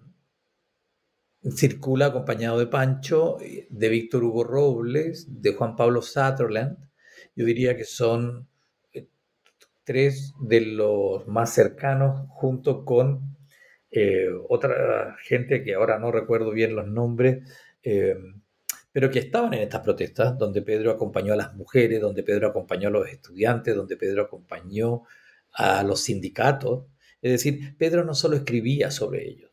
circula acompañado de Pancho, de Víctor Hugo Robles, de Juan Pablo Sutherland. Yo diría que son tres de los más cercanos, junto con otra gente que ahora no recuerdo bien los nombres, eh, pero que estaban en estas protestas, donde Pedro acompañó a las mujeres, donde Pedro acompañó a los estudiantes, donde Pedro acompañó a los sindicatos. Es decir, Pedro no solo escribía sobre ellos,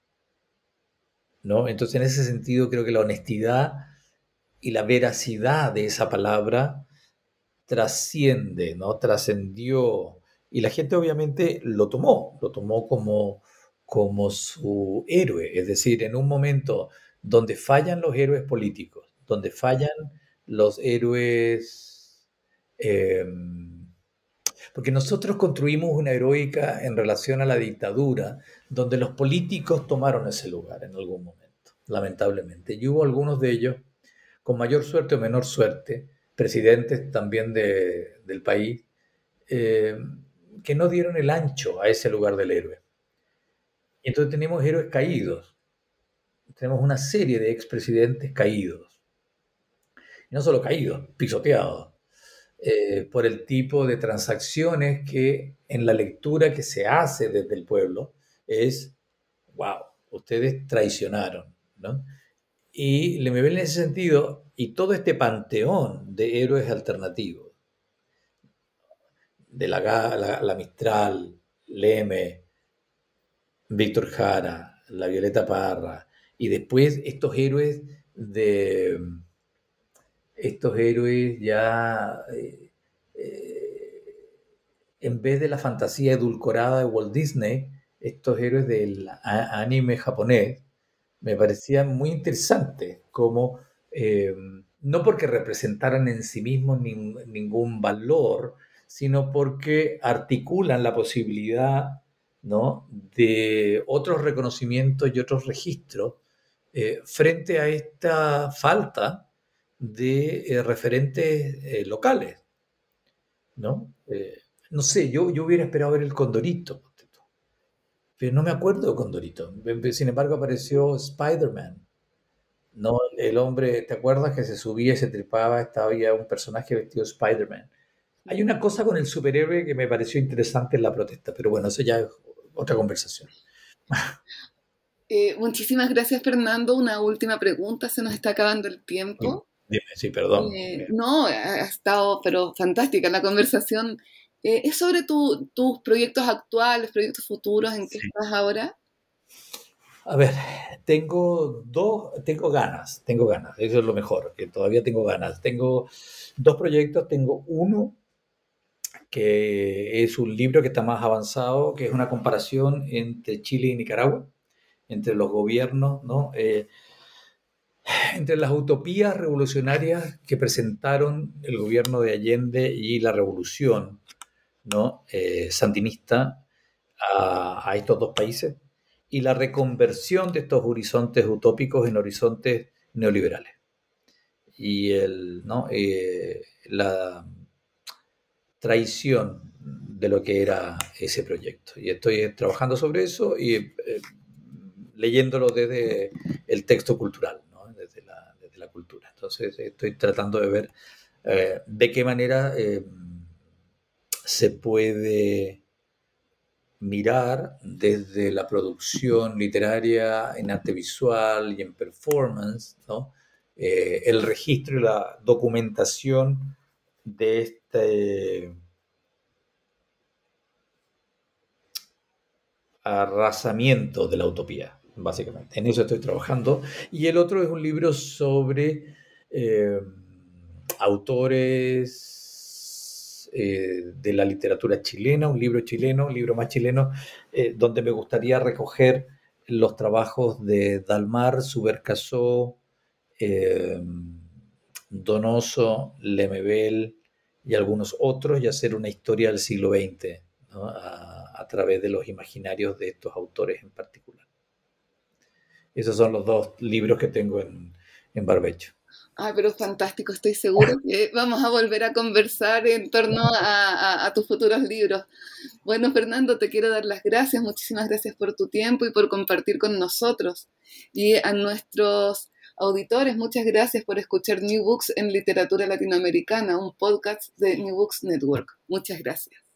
¿no? Entonces, en ese sentido, creo que la honestidad y la veracidad de esa palabra trasciende, ¿no? Trascendió. Y la gente obviamente lo tomó como su héroe. Es decir, en un momento donde fallan los héroes políticos, donde fallan los héroes, eh, porque nosotros construimos una heroica en relación a la dictadura, donde los políticos tomaron ese lugar en algún momento, lamentablemente. Y hubo algunos de ellos, con mayor suerte o menor suerte, presidentes también del país, eh, que no dieron el ancho a ese lugar del héroe. Y entonces tenemos héroes caídos, tenemos una serie de expresidentes caídos, y no solo caídos, pisoteados, por el tipo de transacciones que en la lectura que se hace desde el pueblo es, wow, ustedes traicionaron, ¿no? Y Lemebel en ese sentido, y todo este panteón de héroes alternativos, de la Mistral, Leme, Víctor Jara, la Violeta Parra, y después estos héroes ya, en vez de la fantasía edulcorada de Walt Disney, estos héroes del anime japonés, me parecían muy interesantes, como no porque representaran en sí mismos ningún valor, sino porque articulan la posibilidad, ¿no?, de otros reconocimientos y otros registros frente a esta falta de referentes locales, ¿no? No sé, yo hubiera esperado ver el Condorito, pero no me acuerdo de Condorito. Sin embargo, apareció Spider-Man, ¿no? El hombre, ¿te acuerdas que se subía y se trepaba? Estaba ya un personaje vestido de Spider-Man. Hay una cosa con el superhéroe que me pareció interesante en la protesta, pero bueno, eso ya es otra conversación. Muchísimas gracias, Fernando. Una última pregunta, se nos está acabando el tiempo. Dime, sí, perdón. No, ha estado pero fantástica la conversación. ¿Es sobre tus proyectos actuales, proyectos futuros, en qué estás ahora? A ver, tengo ganas, eso es lo mejor, que todavía tengo ganas. Tengo dos proyectos, tengo uno que es un libro que está más avanzado, que es una comparación entre Chile y Nicaragua, entre los gobiernos, ¿no? Entre las utopías revolucionarias que presentaron el gobierno de Allende y la revolución, ¿no?, sandinista a estos dos países, y la reconversión de estos horizontes utópicos en horizontes neoliberales. Y ¿no?, la traición de lo que era ese proyecto. Y estoy trabajando sobre eso y leyéndolo desde el texto cultural, ¿no?, desde la cultura. Entonces estoy tratando de ver de qué manera se puede mirar desde la producción literaria en arte visual y en performance, ¿no?, el registro y la documentación de este arrasamiento de la utopía, básicamente. En eso estoy trabajando. Y el otro es un libro sobre autores de la literatura chilena, un libro chileno, un libro más chileno, donde me gustaría recoger los trabajos de Dalmar, Subercaseaux, eh, Donoso, Lemebel y algunos otros, y hacer una historia del siglo XX, ¿no? A través de los imaginarios de estos autores en particular. Esos son los dos libros que tengo en barbecho. Ay, pero fantástico, estoy segura que vamos a volver a conversar en torno a tus futuros libros. Bueno, Fernando, te quiero dar las gracias, muchísimas gracias por tu tiempo y por compartir con nosotros. Y a nuestros auditores, muchas gracias por escuchar New Books en Literatura Latinoamericana, un podcast de New Books Network. Muchas gracias.